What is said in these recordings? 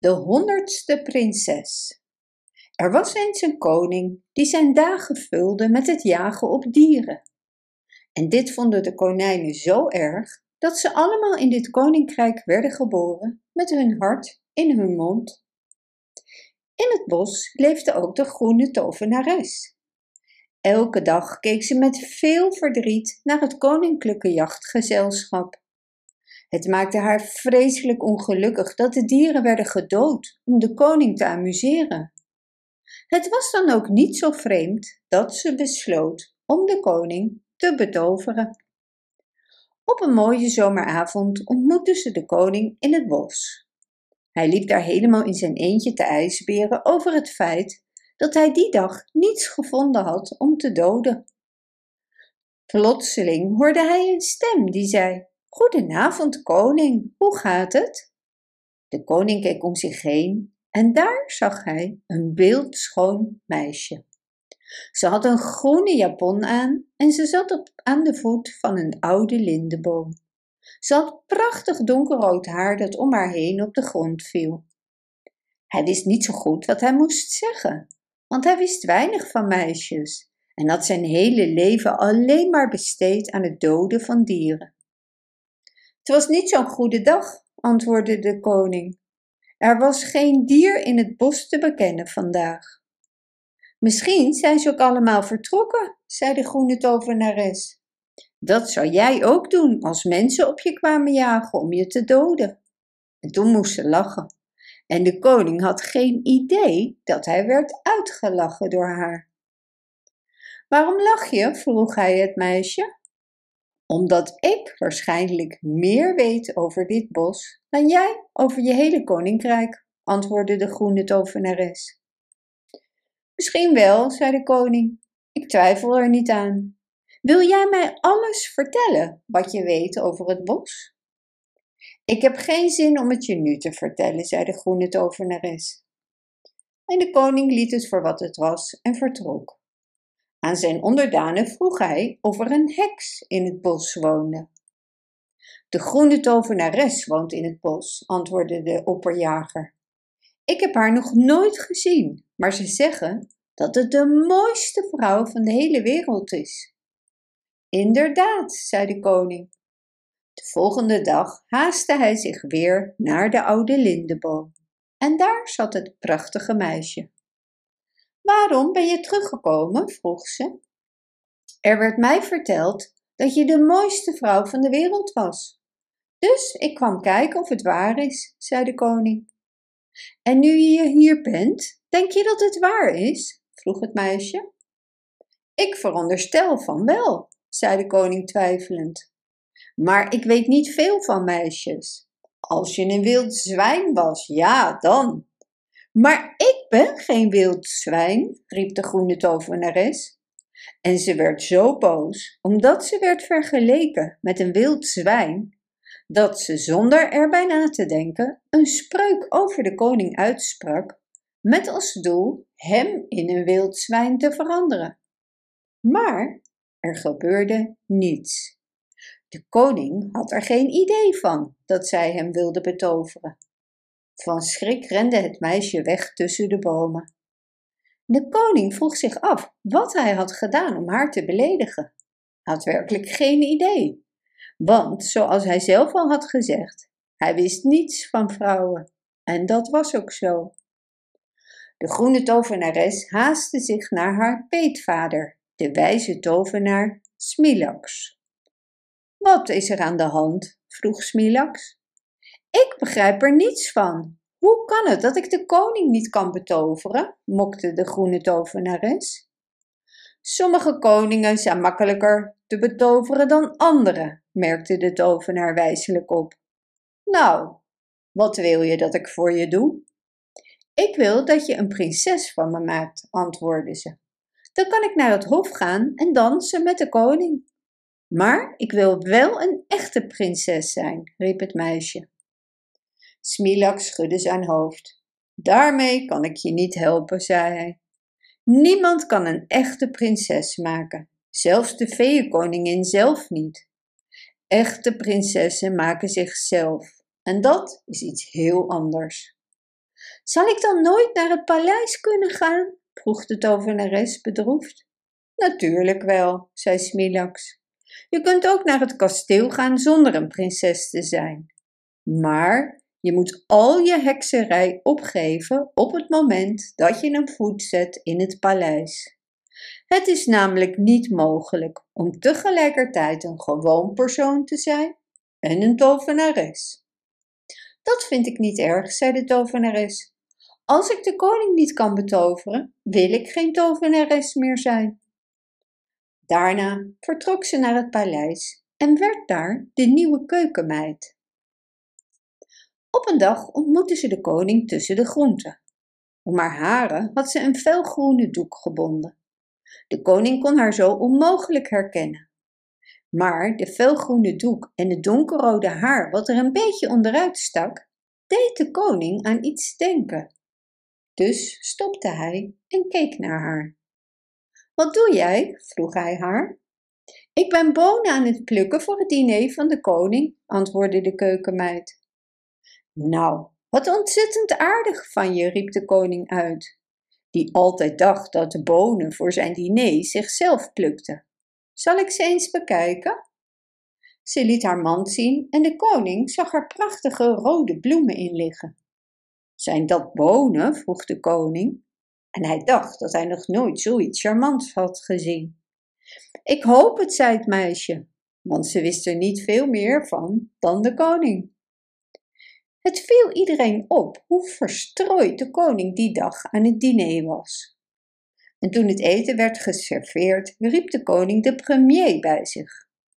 De 100ste prinses. Er was eens een koning die zijn dagen vulde met het jagen op dieren. En dit vonden de konijnen zo erg dat ze allemaal in dit koninkrijk werden geboren met hun hart in hun mond. In het bos leefde ook de groene tovenares. Elke dag keek ze met veel verdriet naar het koninklijke jachtgezelschap. Het maakte haar vreselijk ongelukkig dat de dieren werden gedood om de koning te amuseren. Het was dan ook niet zo vreemd dat ze besloot om de koning te betoveren. Op een mooie zomeravond ontmoette ze de koning in het bos. Hij liep daar helemaal in zijn eentje te ijsberen over het feit dat hij die dag niets gevonden had om te doden. Plotseling hoorde hij een stem die zei: "Goedenavond, koning, hoe gaat het?" De koning keek om zich heen en daar zag hij een beeldschoon meisje. Ze had een groene japon aan en ze zat aan de voet van een oude lindeboom. Ze had prachtig donkerrood haar dat om haar heen op de grond viel. Hij wist niet zo goed wat hij moest zeggen, want hij wist weinig van meisjes en had zijn hele leven alleen maar besteed aan het doden van dieren. "Het was niet zo'n goede dag," antwoordde de koning. "Er was geen dier in het bos te bekennen vandaag." "Misschien zijn ze ook allemaal vertrokken," zei de groene tovenares. "Dat zou jij ook doen als mensen op je kwamen jagen om je te doden." En toen moest ze lachen. En de koning had geen idee dat hij werd uitgelachen door haar. "Waarom lach je?" vroeg hij het meisje. "Omdat ik waarschijnlijk meer weet over dit bos dan jij over je hele koninkrijk," antwoordde de groene tovenares. "Misschien wel," zei de koning. "Ik twijfel er niet aan. Wil jij mij alles vertellen wat je weet over het bos?" "Ik heb geen zin om het je nu te vertellen," zei de groene tovenares. En de koning liet het voor wat het was en vertrok. Aan zijn onderdanen vroeg hij of er een heks in het bos woonde. "De groene tovenares woont in het bos," antwoordde de opperjager. "Ik heb haar nog nooit gezien, maar ze zeggen dat het de mooiste vrouw van de hele wereld is." "Inderdaad," zei de koning. De volgende dag haastte hij zich weer naar de oude lindeboom. En daar zat het prachtige meisje. "Waarom ben je teruggekomen?" vroeg ze. "Er werd mij verteld dat je de mooiste vrouw van de wereld was. Dus ik kwam kijken of het waar is," zei de koning. "En nu je hier bent, denk je dat het waar is?" vroeg het meisje. "Ik veronderstel van wel," zei de koning twijfelend. "Maar ik weet niet veel van meisjes. Als je een wild zwijn was, ja dan." "Maar ik ben geen wild zwijn," riep de groene tovenares. En ze werd zo boos, omdat ze werd vergeleken met een wild zwijn, dat ze zonder erbij na te denken een spreuk over de koning uitsprak, met als doel hem in een wild zwijn te veranderen. Maar er gebeurde niets. De koning had er geen idee van dat zij hem wilde betoveren. Van schrik rende het meisje weg tussen de bomen. De koning vroeg zich af wat hij had gedaan om haar te beledigen. Hij had werkelijk geen idee, want zoals hij zelf al had gezegd, hij wist niets van vrouwen. En dat was ook zo. De groene tovenares haastte zich naar haar peetvader, de wijze tovenaar Smilax. "Wat is er aan de hand?" vroeg Smilax. "Ik begrijp er niets van. Hoe kan het dat ik de koning niet kan betoveren?" mokte de groene tovenares. "Sommige koningen zijn makkelijker te betoveren dan andere," merkte de tovenaar wijselijk op. "Nou, wat wil je dat ik voor je doe?" "Ik wil dat je een prinses van me maakt," antwoordde ze. "Dan kan ik naar het hof gaan en dansen met de koning." "Maar ik wil wel een echte prinses zijn," riep het meisje. Smilax schudde zijn hoofd. "Daarmee kan ik je niet helpen," zei hij. "Niemand kan een echte prinses maken, zelfs de feeënkoningin zelf niet. Echte prinsessen maken zichzelf en dat is iets heel anders." Zal ik dan nooit naar het paleis kunnen gaan? Vroeg de tovenares bedroefd. Natuurlijk wel, zei Smilax. Je kunt ook naar het kasteel gaan zonder een prinses te zijn. Maar je moet al je hekserij opgeven op het moment dat je een voet zet in het paleis. Het is namelijk niet mogelijk om tegelijkertijd een gewoon persoon te zijn en een tovenares. Dat vind ik niet erg, zei de tovenares. Als ik de koning niet kan betoveren, wil ik geen tovenares meer zijn. Daarna vertrok ze naar het paleis en werd daar de nieuwe keukenmeid. Op een dag ontmoette ze de koning tussen de groenten. Om haar haren had ze een felgroene doek gebonden. De koning kon haar zo onmogelijk herkennen. Maar de felgroene doek en het donkerrode haar wat er een beetje onderuit stak, deed de koning aan iets denken. Dus stopte hij en keek naar haar. Wat doe jij? Vroeg hij haar. Ik ben bonen aan het plukken voor het diner van de koning, antwoordde de keukenmeid. Nou, wat ontzettend aardig van je, riep de koning uit, die altijd dacht dat de bonen voor zijn diner zichzelf plukte. Zal ik ze eens bekijken? Ze liet haar mand zien en de koning zag er prachtige rode bloemen in liggen. Zijn dat bonen? Vroeg de koning. En hij dacht dat hij nog nooit zoiets charmants had gezien. Ik hoop het, zei het meisje, want ze wist er niet veel meer van dan de koning. Het viel iedereen op hoe verstrooid de koning die dag aan het diner was. En toen het eten werd geserveerd, riep de koning de premier bij zich.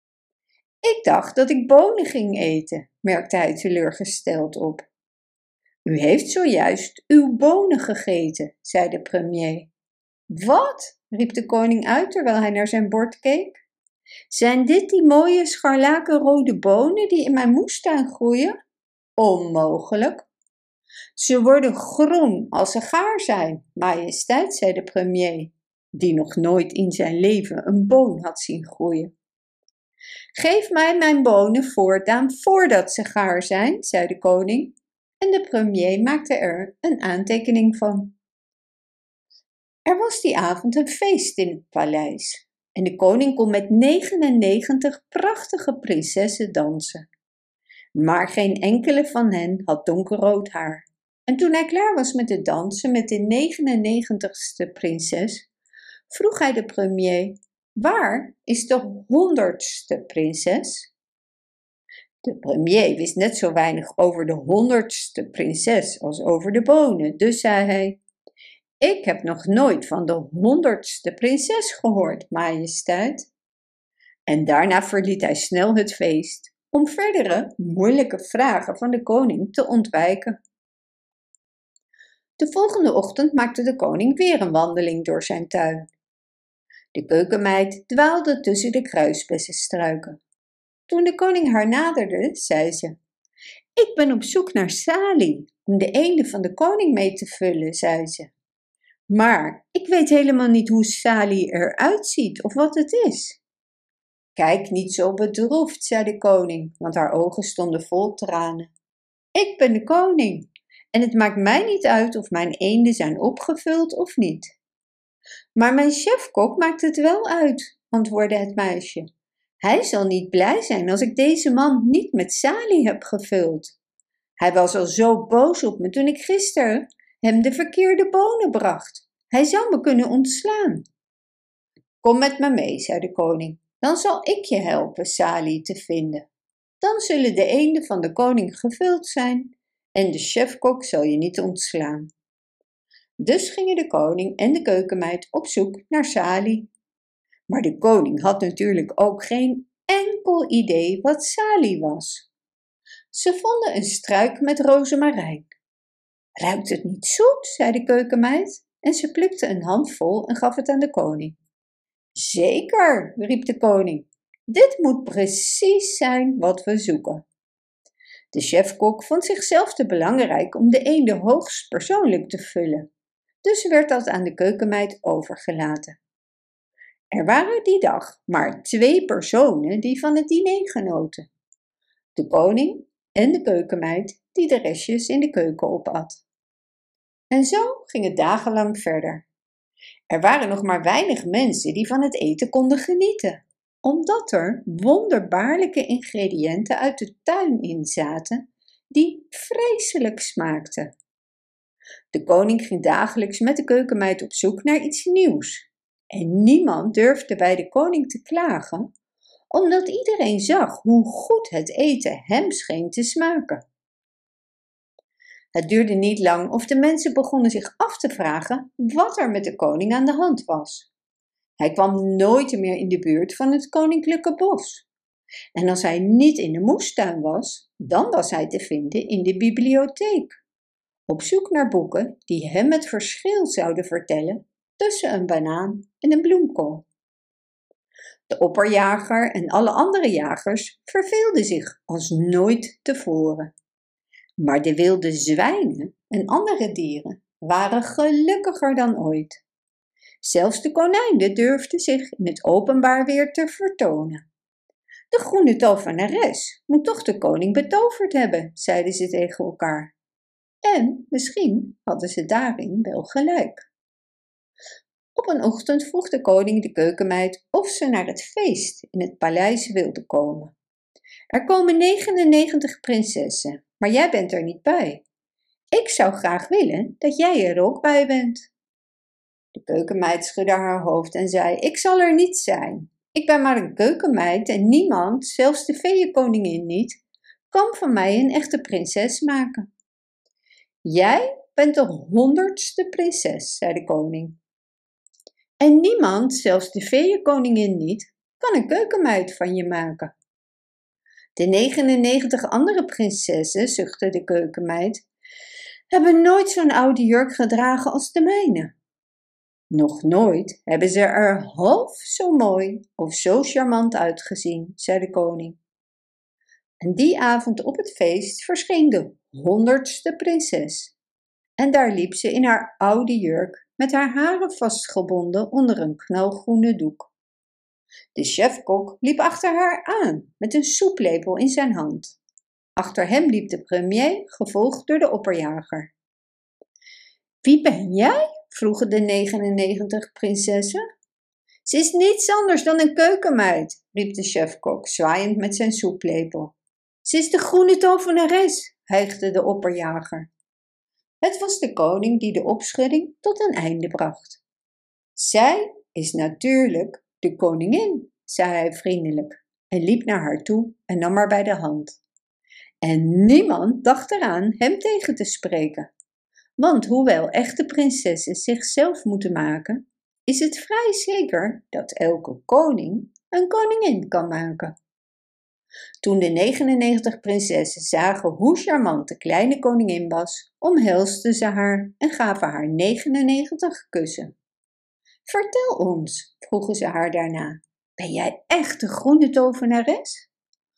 Ik dacht dat ik bonen ging eten, merkte hij teleurgesteld op. U heeft zojuist uw bonen gegeten, zei de premier. Wat? Riep de koning uit terwijl hij naar zijn bord keek. Zijn dit die mooie scharlakenrode bonen die in mijn moestuin groeien? Onmogelijk. Ze worden groen als ze gaar zijn, majesteit, zei de premier, die nog nooit in zijn leven een boon had zien groeien. Geef mij mijn bonen voortaan voordat ze gaar zijn, zei de koning, en de premier maakte er een aantekening van. Er was die avond een feest in het paleis en de koning kon met 99 prachtige prinsessen dansen. Maar geen enkele van hen had donkerrood haar. En toen hij klaar was met het dansen met de 99ste prinses, vroeg hij de premier, waar is de 100ste prinses? De premier wist net zo weinig over de 100ste prinses als over de bonen, dus zei hij, ik heb nog nooit van de 100ste prinses gehoord, majesteit. En daarna verliet hij snel het feest, om verdere moeilijke vragen van de koning te ontwijken. De volgende ochtend maakte de koning weer een wandeling door zijn tuin. De keukenmeid dwaalde tussen de kruisbessenstruiken. Toen de koning haar naderde, zei ze, ik ben op zoek naar salie, om de eenden van de koning mee te vullen, zei ze. Maar ik weet helemaal niet hoe salie eruit ziet of wat het is. Kijk niet zo bedroefd, zei de koning, want haar ogen stonden vol tranen. Ik ben de koning en het maakt mij niet uit of mijn eenden zijn opgevuld of niet. Maar mijn chefkok maakt het wel uit, antwoordde het meisje. Hij zal niet blij zijn als ik deze mand niet met salie heb gevuld. Hij was al zo boos op me toen ik gisteren hem de verkeerde bonen bracht. Hij zou me kunnen ontslaan. Kom met me mee, zei de koning. Dan zal ik je helpen salie te vinden. Dan zullen de eenden van de koning gevuld zijn en de chefkok zal je niet ontslaan. Dus gingen de koning en de keukenmeid op zoek naar salie. Maar de koning had natuurlijk ook geen enkel idee wat salie was. Ze vonden een struik met rozemarijn. Ruikt het niet zoet, zei de keukenmeid en ze plukte een handvol en gaf het aan de koning. Zeker, riep de koning. Dit moet precies zijn wat we zoeken. De chefkok vond zichzelf te belangrijk om de eenden hoogst persoonlijk te vullen. Dus werd dat aan de keukenmeid overgelaten. Er waren die dag maar 2 personen die van het diner genoten. De koning en de keukenmeid die de restjes in de keuken opat. En zo ging het dagenlang verder. Er waren nog maar weinig mensen die van het eten konden genieten, omdat er wonderbaarlijke ingrediënten uit de tuin in zaten die vreselijk smaakten. De koning ging dagelijks met de keukenmeid op zoek naar iets nieuws. En niemand durfde bij de koning te klagen, omdat iedereen zag hoe goed het eten hem scheen te smaken. Het duurde niet lang of de mensen begonnen zich af te vragen wat er met de koning aan de hand was. Hij kwam nooit meer in de buurt van het koninklijke bos. En als hij niet in de moestuin was, dan was hij te vinden in de bibliotheek, op zoek naar boeken die hem het verschil zouden vertellen tussen een banaan en een bloemkool. De opperjager en alle andere jagers verveelden zich als nooit tevoren. Maar de wilde zwijnen en andere dieren waren gelukkiger dan ooit. Zelfs de konijnen durfden zich in het openbaar weer te vertonen. De groene tovenares moet toch de koning betoverd hebben, zeiden ze tegen elkaar. En misschien hadden ze daarin wel gelijk. Op een ochtend vroeg de koning de keukenmeid of ze naar het feest in het paleis wilde komen. Er komen 99 prinsessen, maar jij bent er niet bij. Ik zou graag willen dat jij er ook bij bent. De keukenmeid schudde haar hoofd en zei: Ik zal er niet zijn. Ik ben maar een keukenmeid en niemand, zelfs de feeënkoningin niet, kan van mij een echte prinses maken. Jij bent de 100ste prinses, zei de koning. En niemand, zelfs de feeënkoningin niet, kan een keukenmeid van je maken. De 99 andere prinsessen, zuchtte de keukenmeid, hebben nooit zo'n oude jurk gedragen als de mijne. Nog nooit hebben ze er half zo mooi of zo charmant uitgezien, zei de koning. En die avond op het feest verscheen de 100ste prinses. En daar liep ze in haar oude jurk, met haar haren vastgebonden onder een knalgroene doek. De chefkok liep achter haar aan, met een soeplepel in zijn hand. Achter hem liep de premier, gevolgd door de opperjager. Wie ben jij? Vroegen de 99 prinsessen. Ze is niets anders dan een keukenmeid, riep de chefkok, zwaaiend met zijn soeplepel. Ze is de groene tovenares, hijgde de opperjager. Het was de koning die de opschudding tot een einde bracht. Zij is natuurlijk de koningin, zei hij vriendelijk en liep naar haar toe en nam haar bij de hand. En niemand dacht eraan hem tegen te spreken. Want hoewel echte prinsessen zichzelf moeten maken, is het vrij zeker dat elke koning een koningin kan maken. Toen de 99 prinsessen zagen hoe charmant de kleine koningin was, omhelsden ze haar en gaven haar 99 kussen. Vertel ons, vroegen ze haar daarna, ben jij echt de groene tovenares?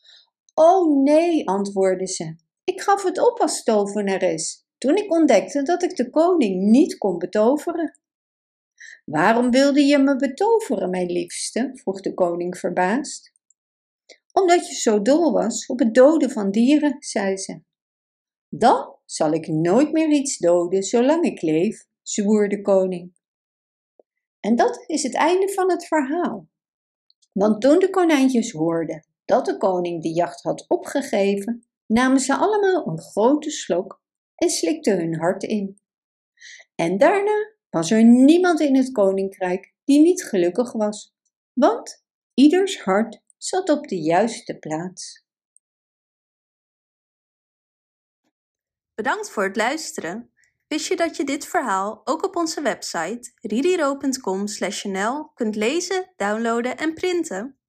Oh nee, antwoordde ze, ik gaf het op als tovenares, toen ik ontdekte dat ik de koning niet kon betoveren. Waarom wilde je me betoveren, mijn liefste? Vroeg de koning verbaasd. Omdat je zo dol was op het doden van dieren, zei ze. Dan zal ik nooit meer iets doden zolang ik leef, zwoer de koning. En dat is het einde van het verhaal. Want toen de konijntjes hoorden dat de koning de jacht had opgegeven, namen ze allemaal een grote slok en slikten hun hart in. En daarna was er niemand in het koninkrijk die niet gelukkig was, want ieders hart zat op de juiste plaats. Bedankt voor het luisteren. Wist je dat je dit verhaal ook op onze website ririro.com/nl kunt lezen, downloaden en printen?